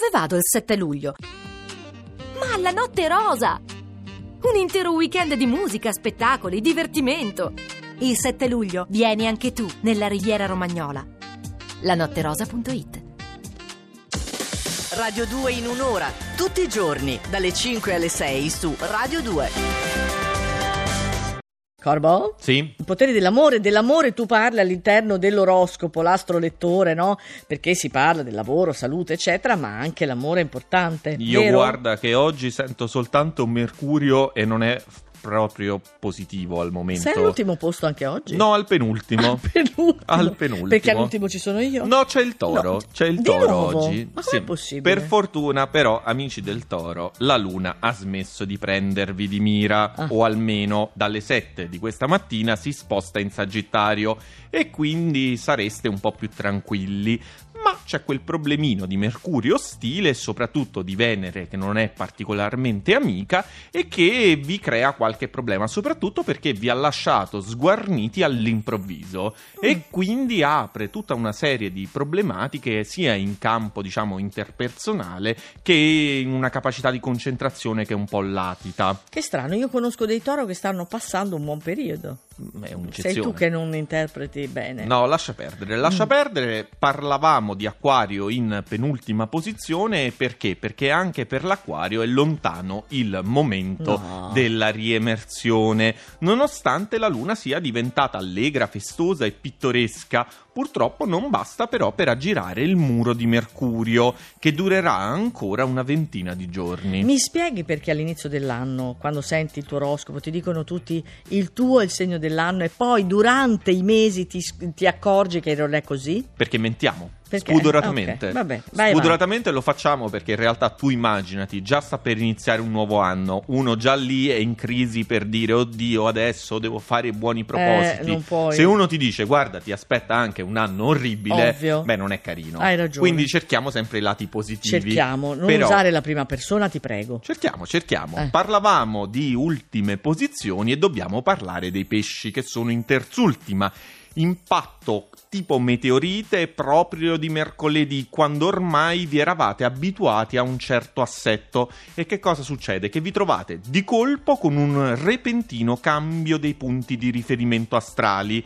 Dove vado il 7 luglio? Ma alla Notte Rosa! Un intero weekend di musica, spettacoli, divertimento. Il 7 luglio vieni anche tu nella Riviera Romagnola. lanotterosa.it. Radio 2 in un'ora, tutti i giorni, dalle 5 alle 6 su Radio 2. Corbo? Sì. I poteri dell'amore tu parli all'interno dell'oroscopo, l'astrolettore, no? Perché si parla del lavoro, salute, eccetera, ma anche l'amore è importante. Io vero? guarda che oggi sento soltanto Mercurio e non è proprio positivo al momento. Sei all'ultimo posto anche oggi? No, al penultimo. Al penultimo. Perché all'ultimo ci sono io? No, c'è il Toro. No. C'è il Di Toro nuovo? oggi. Ma com'è possibile? Per fortuna, però, amici del Toro, la Luna ha smesso di prendervi di mira, o almeno dalle 7 di questa mattina si sposta in Sagittario e quindi sareste un po' più tranquilli. Ma c'è quel problemino di Mercurio ostile e soprattutto di Venere che non è particolarmente amica e che vi crea qualche problema, soprattutto perché vi ha lasciato sguarniti all'improvviso e quindi apre tutta una serie di problematiche sia in campo, diciamo, interpersonale che in una capacità di concentrazione che è un po' latita. Che strano, io conosco dei Toro che stanno passando un buon periodo. È un'eccezione. Sei tu che non interpreti bene. No, lascia perdere. Parlavamo di Acquario in penultima posizione perché? Perché anche per l'Acquario è lontano il momento della riemersione. Nonostante la Luna sia diventata allegra, festosa e pittoresca, purtroppo non basta però per aggirare il muro di Mercurio, che durerà ancora una ventina di giorni. Mi spieghi perché all'inizio dell'anno, quando senti il tuo oroscopo, ti dicono tutti il tuo è il segno dell'anno e poi durante i mesi ti accorgi che non è così? Perché mentiamo. Perché? Spudoratamente. Okay, vabbè, vai Spudoratamente lo facciamo perché in realtà tu immaginati, già sta per iniziare un nuovo anno, uno già lì è in crisi per dire oddio adesso devo fare i buoni propositi. Non puoi. Se uno ti dice guarda ti aspetta anche un anno orribile, ovvio, beh non è carino. Hai ragione. Quindi cerchiamo sempre i lati positivi. Cerchiamo, non però usare la prima persona, ti prego. Cerchiamo. Parlavamo di ultime posizioni e dobbiamo parlare dei pesci che sono in terzultima. Impatto tipo meteorite proprio di mercoledì, quando ormai vi eravate abituati a un certo assetto. E che cosa succede? Che vi trovate di colpo con un repentino cambio dei punti di riferimento astrali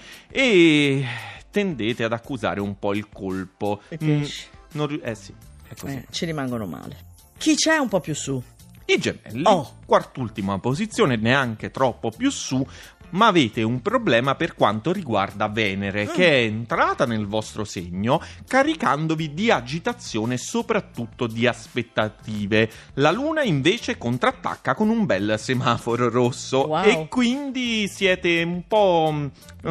e tendete ad accusare un po' il colpo. I pesci. Sì, è così. Ci rimangono male. Chi c'è un po' più su? I Gemelli, quart'ultima posizione, neanche troppo più su, ma avete un problema per quanto riguarda Venere, che è entrata nel vostro segno caricandovi di agitazione e soprattutto di aspettative. La Luna invece contrattacca con un bel semaforo rosso e quindi siete un po'...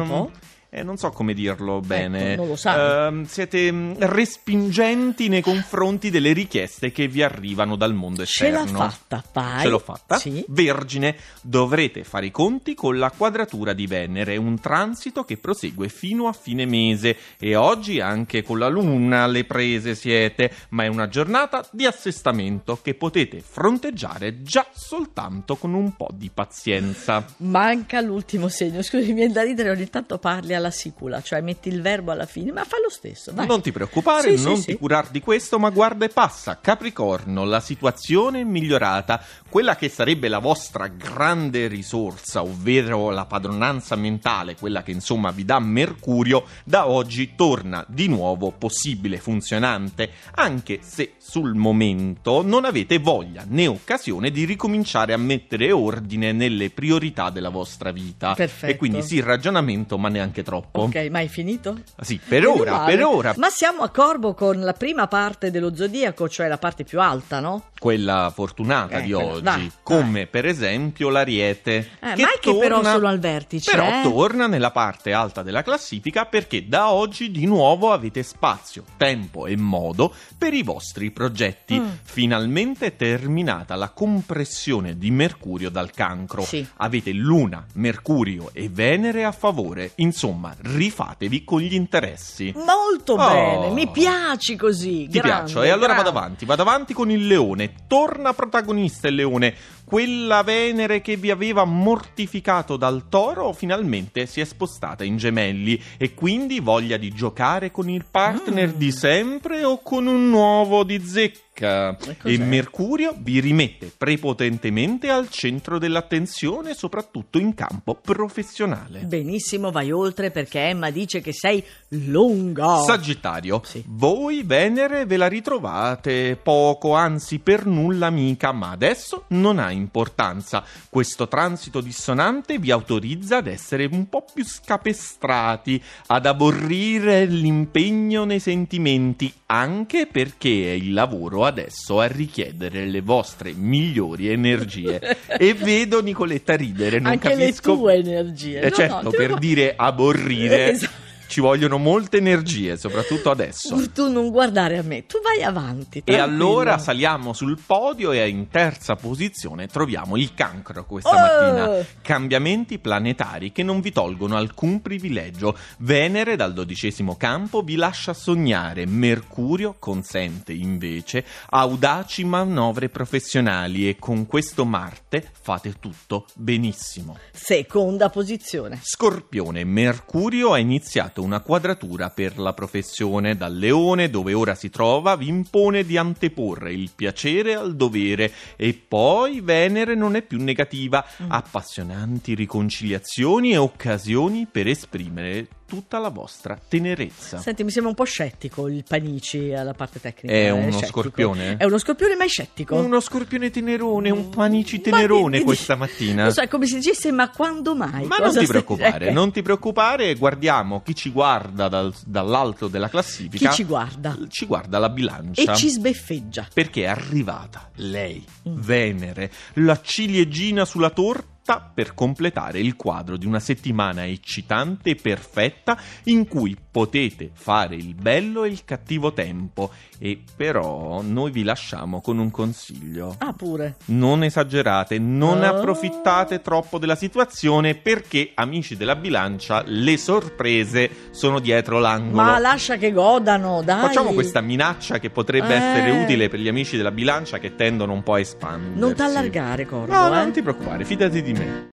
non so come dirlo bene. Non lo sai. Siete respingenti nei confronti delle richieste che vi arrivano dal mondo esterno. Ce l'ha fatta, vai. Ce l'ho fatta? Sì. Vergine, dovrete fare i conti con la quadratura di Venere, un transito che prosegue fino a fine mese e oggi anche con la Luna alle prese siete, ma è una giornata di assestamento che potete fronteggiare già soltanto con un po' di pazienza. Manca l'ultimo segno, scusi, mi viene da ridere, ogni tanto parli alla sicula, cioè metti il verbo alla fine, ma fa lo stesso, vai. Non ti preoccupare, Sì, ti curar di questo, ma guarda e passa. Capricorno, la situazione è migliorata, quella che sarebbe la vostra grande risorsa, ovvero la padronanza mentale, quella che insomma vi dà Mercurio, da oggi torna di nuovo possibile, funzionante, anche se sul momento non avete voglia né occasione di ricominciare a mettere ordine nelle priorità della vostra vita. Perfetto. E quindi sì, ragionamento, ma neanche troppo. Ok, ma hai finito? Sì, per ora. Ma siamo a Corbo con la prima parte dello zodiaco, cioè la parte più alta, no? Quella fortunata di oggi, come per esempio l'Ariete. Che però solo al vertice. Però torna nella parte alta della classifica perché da oggi di nuovo avete spazio, tempo e modo per i vostri progetti. Finalmente è terminata la compressione di Mercurio dal Cancro. Sì. Avete Luna, Mercurio e Venere a favore. Insomma, rifatevi con gli interessi. Molto bene, mi piaci così. Ti piaccio? E allora vado avanti con il Leone. Torna protagonista il Leone. Quella Venere che vi aveva mortificato dal Toro finalmente si è spostata in Gemelli e quindi voglia di giocare con il partner di sempre o con un nuovo di zecca. E Mercurio vi rimette prepotentemente al centro dell'attenzione, soprattutto in campo professionale. Benissimo, vai oltre perché Emma dice che sei lunga. Sagittario, Sì. Voi Venere ve la ritrovate poco, anzi per nulla mica, ma adesso non ha importanza. Questo transito dissonante vi autorizza ad essere un po' più scapestrati, ad aborrire l'impegno nei sentimenti, anche perché è il lavoro adesso a richiedere le vostre migliori energie. E vedo Nicoletta ridere, non anche capisco. le tue energie. Certo, per dire aborrire Esatto. ci vogliono molte energie, soprattutto adesso. Tu non guardare a me, tu vai avanti. E tranquillo. allora saliamo sul podio e in terza posizione troviamo il Cancro questa Oh! mattina. Cambiamenti planetari che non vi tolgono alcun privilegio. Venere dal 12° campo vi lascia sognare. Mercurio consente invece audaci manovre professionali e con questo Marte fate tutto benissimo. Seconda posizione. Scorpione, Mercurio ha iniziato una quadratura per la professione. Dal Leone, dove ora si trova, vi impone di anteporre il piacere al dovere. E poi Venere non è più negativa, appassionanti riconciliazioni e occasioni per esprimere tutta la vostra tenerezza. Senti, mi sembra un po' scettico il Panici alla parte tecnica. È uno scettico. scorpione? È uno scorpione, ma è scettico. Uno scorpione tenerone, un Panici tenerone questa mattina. Non so, è come se dicesse, ma quando mai? Ma Cosa non ti stai- preoccupare, non ti preoccupare, guardiamo chi ci guarda dall'alto della classifica. Chi ci guarda? Ci guarda la bilancia. E ci sbeffeggia. Perché è arrivata lei, Venere, la ciliegina sulla torta, per completare il quadro di una settimana eccitante e perfetta in cui potete fare il bello e il cattivo tempo. E però noi vi lasciamo con un consiglio. Ah, pure. Non esagerate, non Oh. approfittate troppo della situazione, perché, amici della bilancia, le sorprese sono dietro l'angolo. Ma lascia che godano, dai. Facciamo questa minaccia che potrebbe essere utile per gli amici della bilancia che tendono un po' a espandersi. Non t'allargare, Corvo. No, non ti preoccupare, fidati di me.